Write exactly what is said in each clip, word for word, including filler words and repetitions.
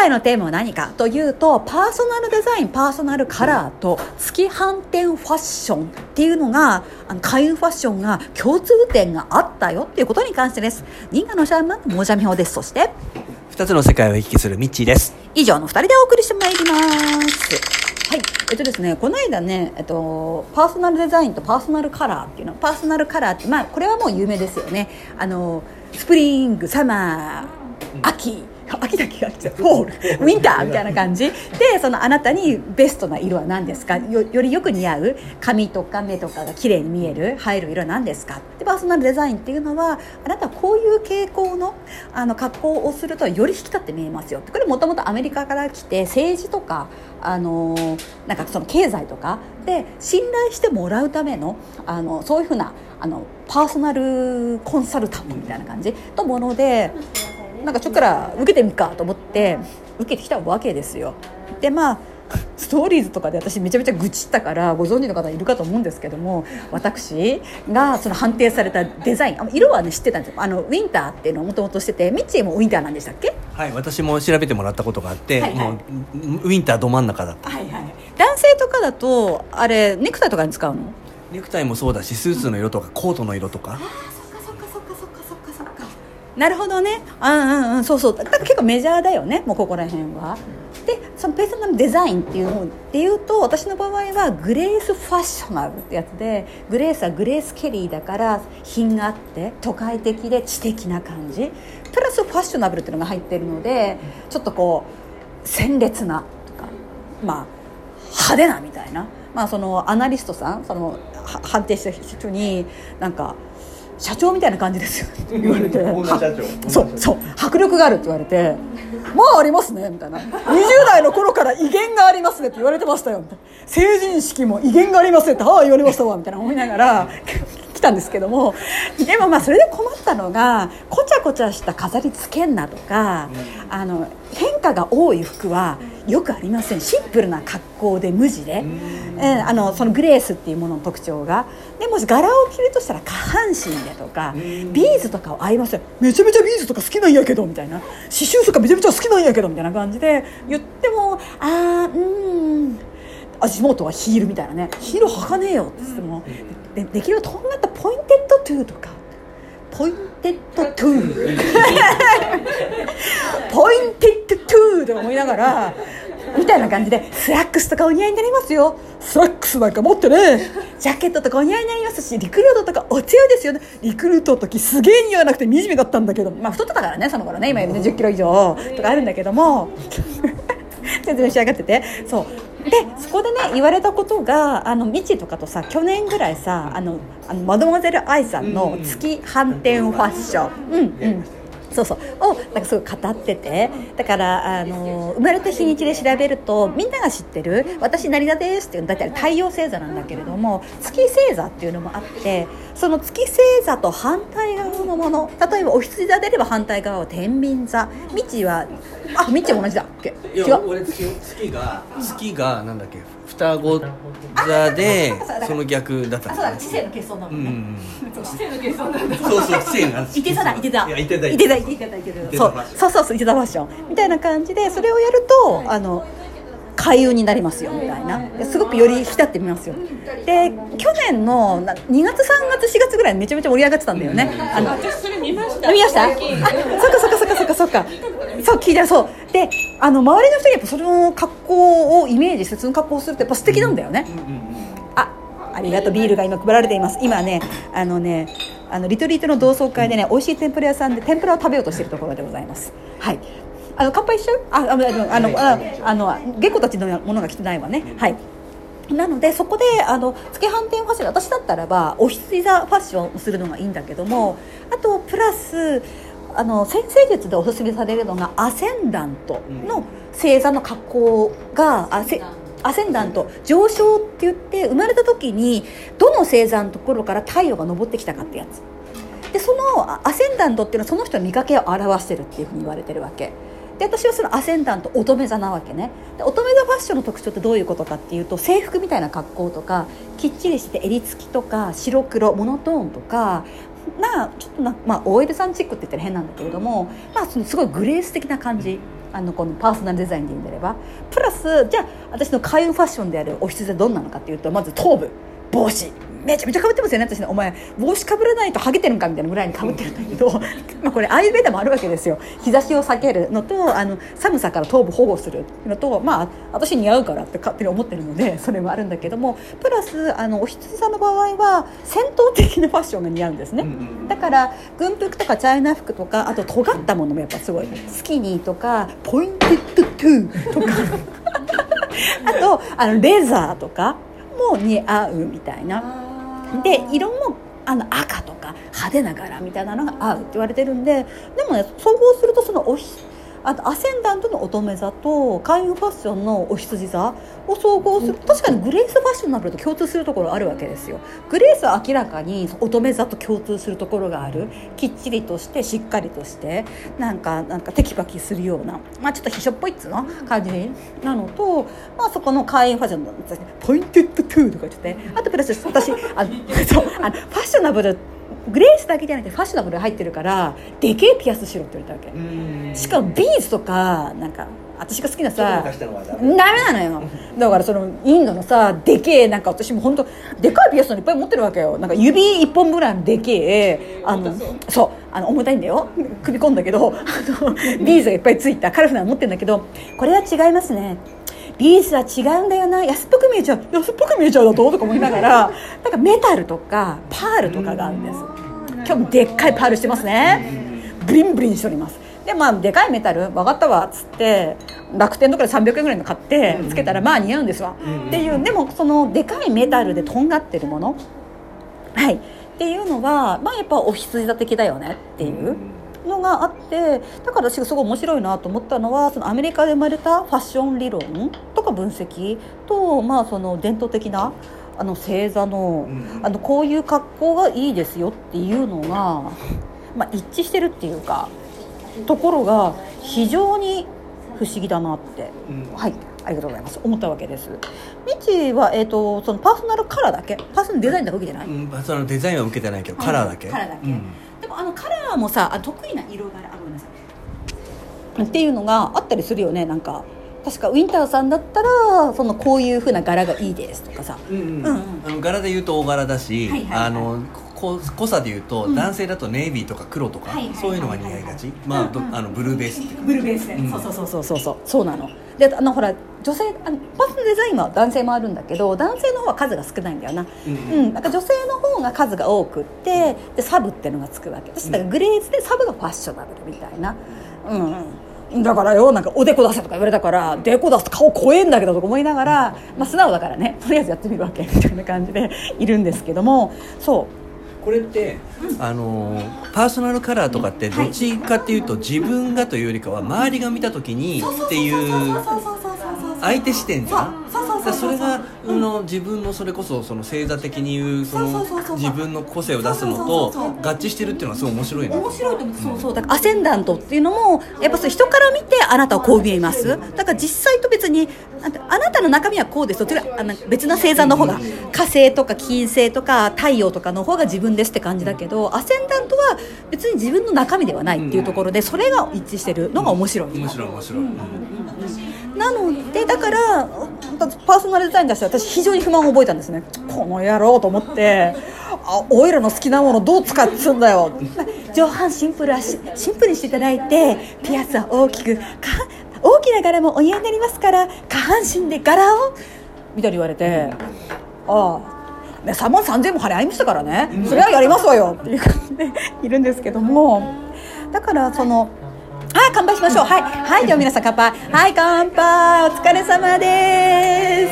回のテーマは何かというと、パーソナルデザイン、パーソナルカラーと月反転ファッションっていうのが、あの開運ファッションが共通点があったよっていうことに関してです。銀河のシャーマンモージャミホです。そして二つの世界を行き来するミッチーです。 以上の二人でお送りしてまいります。はい、えっとですね、この間ね、えっと、パーソナルデザインとパーソナルカラーっていうの、パーソナルカラーって、まあ、これはもう有名ですよね。あのスプリング、サマー、秋、秋だけが来てフォール、ウィンターみたいな感じで、そのあなたにベストな色は何ですか、 よ, よりよく似合う髪とか目とかが綺麗に見える入る色は何ですか。でパーソナルデザインっていうのは、あなたはこういう傾向 の, あの格好をするとより引き立って見えますよ。これもともとアメリカから来て、政治とかあのなんかその経済とかで信頼してもらうための、あのそういうふうなあのパーソナルコンサルタントみたいな感じのもので、なんかちょっから受けてみっかと思って受けてきたわけですよ。でまあストーリーズとかで私めちゃめちゃ愚痴ったからご存知の方いるかと思うんですけども、私がその判定されたデザイン、色はね知ってたんですよ。あのウィンターっていうのをもともとしてて、ミッチーもウィンターなんでしたっけ？ はい、私も調べてもらったことがあって、はいはい、もうウィンターど真ん中だった、 はいはい、男性とかだとあれネクタイとかに使うの？ ネクタイもそうだし、スーツの色とかコートの色とか、 ああそっかそっかそっかそっかそっかそっか、なるほどね。うんうんうん、そうそう、だから結構メジャーだよね、もうここら辺は。でそのペーソナルデザインっていうのっていうと、私の場合はグレースファッショナルってやつで、グレースはグレース・ケリーだから品があって都会的で知的な感じ、プラスファッショナブルっていうのが入ってるので、ちょっとこう鮮烈なとか、まあ派手なみたいな、まあそのアナリストさん、その判定した人になんか社長みたいな感じですよって言われてそうそう、迫力があるって言われて、まあありますねみたいな、にじゅう代の頃から威厳がありますねって言われてましたよみたいな、成人式も威厳がありますねってああ言われましたわみたいな思いながら来たんですけども、でもまあそれで困ったのが、こちゃこちゃした飾りつけんなとか、あの変化が多い服はよくありません。シンプルな格好で無地で、えー、あのそのグレースっていうものの特徴が、でもし柄を着るとしたら下半身でとか、ビーズとかを合いますよ、めちゃめちゃビーズとか好きなんやけどみたいな、刺繍とかめちゃめちゃ好きなんやけどみたいな感じで言っても、あーうーん足元はヒールみたいなね、ヒール履かねえよって言っても、で, できるとんがったポインテッドトゥーとか、ポインテッドトゥーポインテッドトゥーとか思いながらみたいな感じで、スラックスとかお似合いになりますよ、スラックスなんか持ってね、ジャケットとかお似合いになりますし、リクルートとかお強いですよね。リクルートの時すげえ似合わなくて惨めだったんだけど、まあ太ってたからねその頃ね、今よりねじゅっキロ以上とかあるんだけども全然仕上がってて、そうでそこでね言われたことが、あのミチとかとさ去年ぐらいさ、あのあのマドモアゼル愛さんの月反転ファッション、うんうんそうそうをなんかすごい語ってて、だからあの生まれた日にちで調べるとみんなが知ってる私成田ですっていうのだったら太陽星座なんだけれども、月星座っていうのもあって、その月星座と反対側のもの、例えばお羊座であれば反対側は天秤座、ミチはあミチも同じだっけ？ いや俺 月, 月が月がなんだっけ、双子座でその逆だったんだ、ね、 あそうだ、知性の欠損だもんね、うん、 知性の欠損なんだ、 そうそう知性がいて座だいて座いやいて座いて座いて座いて座そうそうそうそういて座ファッションみたいな感じで、それをやるとあの開運になりますよみたいな、すごくより引き立ってみますよ。で去年のにがつさんがつしがつぐらいめちゃめちゃ盛り上がってたんだよね、あの私それ見ました見ました？あ、そっかそっかそっかそっかそっかそう聞いた、そうで、あの周りの人にやっぱその格好をイメージしてその格好をするってやっぱ素敵なんだよね、うんうんうん、あありがとう、ビールが今配られています。今ねあのねあのリトリートの同窓会でね美味しい天ぷら屋さんで天ぷらを食べようとしているところでございます。はい、あの乾杯しちゃう？ああのあのああのゲコたちのものが来てないわね。はい、なのでそこであの月反転ファッション、私だったらばお羊座ファッションをするのがいいんだけども、あとプラスあの先生術でおすすめされるのがアセンダントの星座の格好が、アセアセンダント上昇って言って、生まれた時にどの星座のところから太陽が昇ってきたかってやつで、そのアセンダントっていうのはその人の見かけを表してるっていうふうに言われてるわけで、私はそのアセンダント乙女座なわけね。で乙女座ファッションの特徴ってどういうことかっていうと、制服みたいな格好とかきっちりしてて襟付きとか白黒モノトーンとかな、ちょっとな、まあ、オーエル さんチックって言ったら変なんだけれども、まあ、そのすごいグレース的な感じあのこのパーソナルデザインで言うんであれば、プラスじゃあ私の開運ファッションであるお羊はどんなのかっていうと、まず頭部、帽子めちゃめちゃ被ってますよね。私ね、お前帽子被らないとハゲてるんかみたいなぐらいに被ってるんだけどまあこれアーユルヴェーダもあるわけですよ。日差しを避けるのと、あの寒さから頭部保護するのと、まあ私似合うからって勝手に思ってるのでそれもあるんだけども、プラスあのお羊さんの場合は戦闘的なファッションが似合うんですね。だから軍服とかチャイナ服とか、あと尖ったものもやっぱすごいスキニーとかポインテッドトゥーとかあとあのレザーとかも似合うみたいな。で色もあの赤とか派手な柄みたいなのが合うって言われてるんで、でもね総合するとそのおひあとアセンダントの乙女座と開運ファッションのお羊座を総合すると、確かにグレースファッションになると共通するところあるわけですよ。グレースは明らかに乙女座と共通するところがある。きっちりとしてしっかりとしてなんかなんかテキパキするような、まあ、ちょっと秘書っぽいっつうの感じなのと、まあ、そこの開運ファッションのポインテッドトゥーとか言ってて、あとプラス私あのそうあのファッショナブルグレースだけじゃなくてファッショナブル入ってるからでけえピアスしろって言われたわけ。しかもビーズとかなんか私が好きなさダメなのよ。だからそのインドのさでけえなんか私も本当でかいピアスのいっぱい持ってるわけよ。なんか指一本ぐらいのでけえあのそうあの重たいんだよ、首込んだけどあのビーズがいっぱいついたカラフルなの持ってるんだけど、これは違いますね、ビーズは違うんだよな、安っぽく見えちゃう安っぽく見えちゃうだととか思いながらなんかメタルとかパールとかがあるんです。今日もでっかいパールしてますね、ブリンブリンしております。でまあでかいメタル分かったわっつって楽天とかでさんびゃくえんぐらいの買ってつけたらまあ似合うんですわっていう。でもそのでかいメタルでとんがってるもの、はいっていうのはまあやっぱお羊座的だよねっていうのがあって、だから私がすごい面白いなと思ったのは、そのアメリカで生まれたファッション理論とか分析と、まあその伝統的なあの星座の、あのこういう格好がいいですよっていうのが、まあ、一致してるっていうかところが非常に不思議だなって、うん、はいありがとうございます思ったわけです。みちは、えー、とそのパーソナルカラーだけパーソナルデザインだけ受けてない、 うん、パーソナルデザインは受けてないけど、はい、カラーだけカラーだけ、うん、でもあのカラーもさあ得意な色柄あごめんなさいっていうのがあったりするよね。なんか確かウィンターさんだったらそのこういう風な柄がいいですとかさ、うんうんうん、 あの柄で言うと大柄だし、はいはいはい、あの濃さで言うと、うん、男性だとネイビーとか黒とか、はいはいはいはい、そういうのが似合いがち、まあ、うんうん、あのブルーベースっていうかブルーベースで、うん、そうそうそうそうそうそうなので、あのほら女性あのパーソナルデザインは男性もあるんだけど男性の方は数が少ないんだよな、うんうんうん、なんか女性の方が数が多くってでサブっていうのがつくわけ。私だからグレーズでサブがファッショナブルみたいな、うんうん、だからよなんかおでこ出せとか言われたからでこ出すと顔怖えんだけどとか思いながら、まあ、素直だからねとりあえずやってみるわけみたいな感じでいるんですけども、そうこれって、うん、あのパーソナルカラーとかってどっちかっていうと自分がというよりかは周りが見た時にっていう相手視点じゃん。だそれが、うん、の自分のそれこそその星座的に言うその自分の個性を出すのと合致してるっていうのはすごい面白いな。 面白いと思って、そうそうだからアセンダントっていうのもやっぱそ人から見てあなたはこう見えます。だから実際と別にあなたの中身はこうですとあの別な星座の方が火星とか金星とか太陽とかの方が自分ですって感じだけど、アセンダントは別に自分の中身ではないっていうところでそれが一致してるのが面白い。 面白い面白い。うんなのでだからパーソナルデザインに出して私非常に不満を覚えたんですね。この野郎と思ってあオイルの好きなものどう使ってすんだよ上半シンプルはシンプルにしていただいてピアスは大きく大きな柄もお似合いになりますから下半身で柄をみたいに言われて、ああ、ね、さんまんさんぜんえんも払いましたからねそれはやりますわよっていう感じでいるんですけども、だからそのはい乾杯しましょう。はいはいでは皆さん乾杯。はい乾杯お疲れ様です。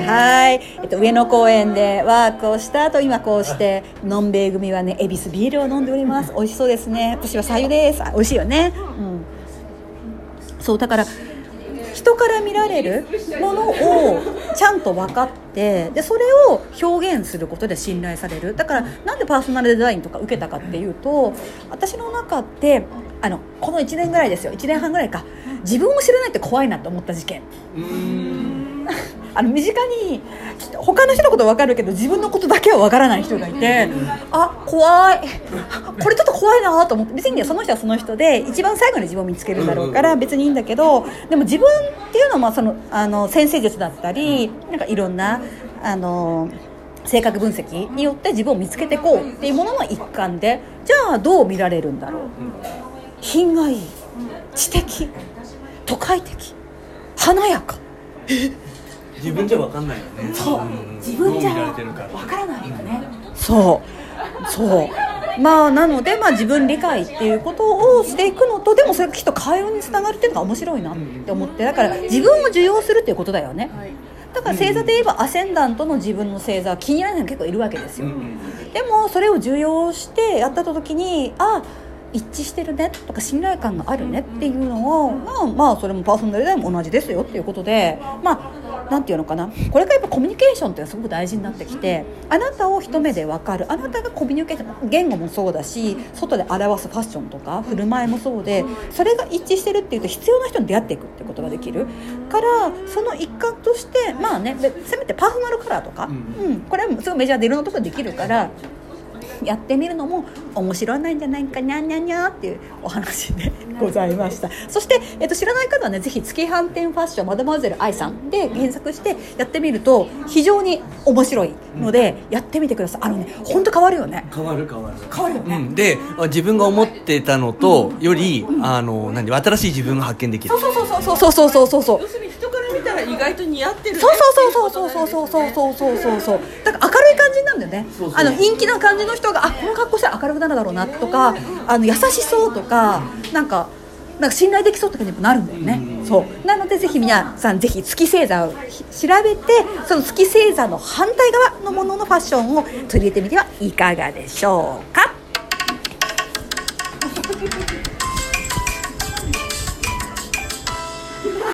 はい、えっと、上野公園でワークをした後今こうしてのんべい組はね恵比寿ビールを飲んでおります。美味しそうですね。私は白湯です。美味しいよね、うん、そうだから人から見られるものをちゃんと分かってでそれを表現することで信頼される。だからなんでパーソナルデザインとか受けたかっていうと私の中ってあのこのいちねんぐらいですよいちねんはんぐらいか自分を知らないって怖いなと思った事件あの身近に他の人のこと分かるけど自分のことだけは分からない人がいて、あ、怖い、これちょっと怖いなと思って、別にその人はその人で一番最後に自分を見つけるんだろうから別にいいんだけど、でも自分っていうのはそのあの先生術だったり、なんかいろんなあの性格分析によって自分を見つけていこうっていうものの一環で、じゃあどう見られるんだろう、品がいい、知的、都会的、華やか、 自分じゃ分かんないよね。 そう、 うん、 自分じゃどう見られてるか分からないよね。そうそうまあなので、まあ、自分理解っていうことをしていくのと、でもそれがきっと会話につながるっていうのが面白いなって思って、だから自分を受容するっていうことだよね。だから星座で言えばアセンダントの自分の星座は気にならないの結構いるわけですよ。でもそれを受容してやった時に、あ、一致してるねとか信頼感があるねっていうのを、まあ、まあそれもパーソナルでも同じですよっていうことで、まあなんていうのかな、これからやっぱコミュニケーションっていうのはすごく大事になってきて、あなたを一目で分かる、あなたがコミュニケーション、言語もそうだし外で表すファッションとか振る舞いもそうで、それが一致してるっていうと必要な人に出会っていくってことができるから、その一環としてまあね、せめてパーソナルカラーとか、うん、これはすごいメジャーでいろんなところでできるからやってみるのも面白いんじゃないかにゃんにゃんにゃっていうお話でございました。そして、えっと、知らない方はね、ぜひ月反転ファッションマダマゼル愛さんで検索してやってみると非常に面白いので、うん、やってみてください。あのね、本当変わるよね。 変わる変わる変わるよね、 うん、で自分が思ってたのとより、うん、あの何新しい自分が発見できる。 そうそうそうそうそうそうそうそうそう、 要するに人から見たら意外と似合ってるね。 そうそうそうそうそうそうそうそうそうそう、だから明るい感じなんだよね。そうそう、あの陰気な感じの人が、あ、この格好したら明るくなるだろうなとか、あの優しそうとか、なんかなんか信頼できそうとかにもなるんだよね。そうなのでぜひ皆さんぜひ月星座を調べて、その月星座の反対側のもののファッションを取り入れてみてはいかがでしょうか。